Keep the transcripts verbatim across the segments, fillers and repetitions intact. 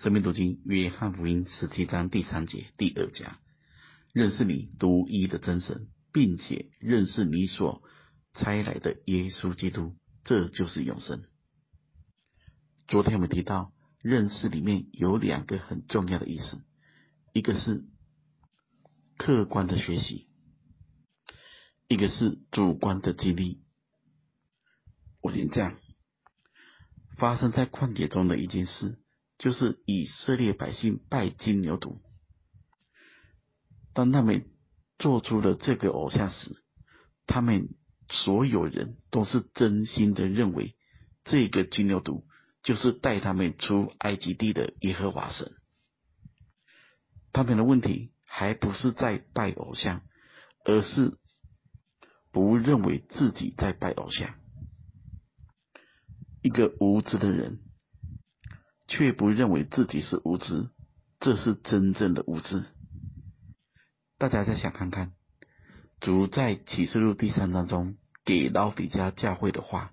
生命读经约翰福音十七章第三节第二讲，认识你独一的真神，并且认识你所差来的耶稣基督，这就是永生。昨天我们提到认识里面有两个很重要的意思，一个是客观的学习，一个是主观的经历。我先这样，发生在旷野中的一件事，就是以色列百姓拜金牛犊。当他们做出了这个偶像时，他们所有人都是真心的认为这个金牛犊就是带他们出埃及地的耶和华神。他们的问题还不是在拜偶像，而是不认为自己在拜偶像。一个无知的人却不认为自己是无知，这是真正的无知。大家再想看看，主在启示录第三章中给老底嘉教会的话，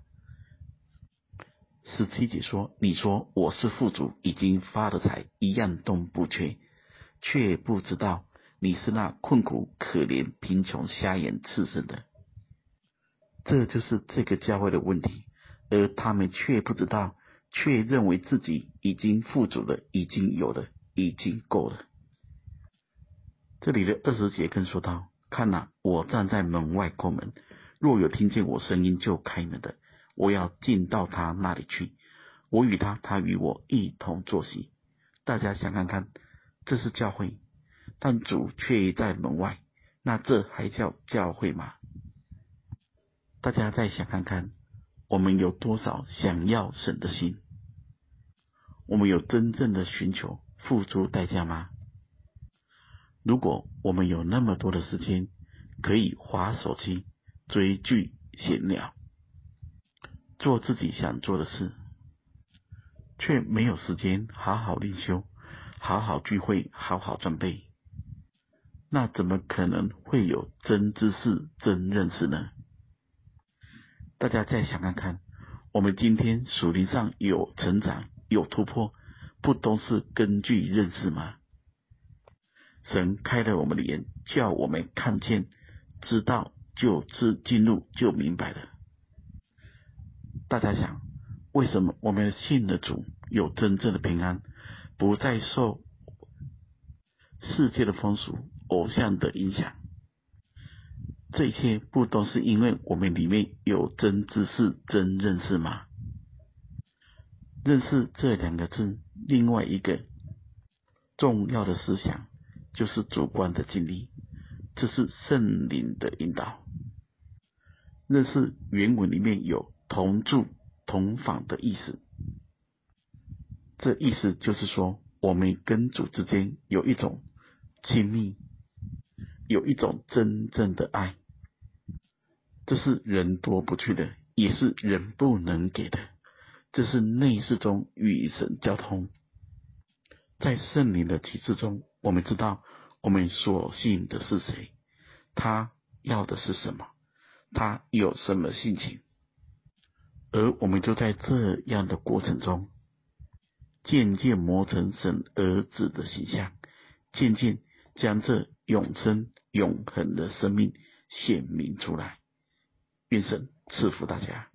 十七节说，你说我是富足，已经发了财，一样都不缺，却不知道你是那困苦可怜贫穷瞎眼赤身的。这就是这个教会的问题，而他们却不知道，却认为自己已经富足了，已经有了，已经够了。这里的二十节更说到，看哪，我站在门外叩门，若有听见我声音就开门的，我要进到他那里去，我与他，他与我一同坐席。大家想看看，这是教会，但主却在门外，那这还叫教会吗？大家再想看看，我们有多少想要神的心？我们有真正的寻求付出代价吗？如果我们有那么多的时间可以滑手机、追剧、闲聊，做自己想做的事，却没有时间好好灵修、好好聚会、好好装备，那怎么可能会有真知识、真认识呢？大家再想看看，我们今天属灵上有成长、有突破，不都是根据认识吗？神开了我们的眼，叫我们看见、知道，就知进入，就明白了。大家想，为什么我们信了主，有真正的平安，不再受世界的风俗、偶像的影响？这一切不都是因为我们里面有真知识、真认识吗？认识这两个字，另外一个重要的思想就是主观的经历，这是圣灵的引导。认识原文里面有同住、同房的意思，这意思就是说，我们跟主之间有一种亲密，有一种真正的爱，这是人夺不去的，也是人不能给的，这是内室中与神交通。在圣灵的启示中，我们知道我们所信的是谁，他要的是什么，他有什么性情，而我们就在这样的过程中，渐渐磨成神儿子的形象，渐渐将这永生永恒的生命显明出来。愿神赐福大家。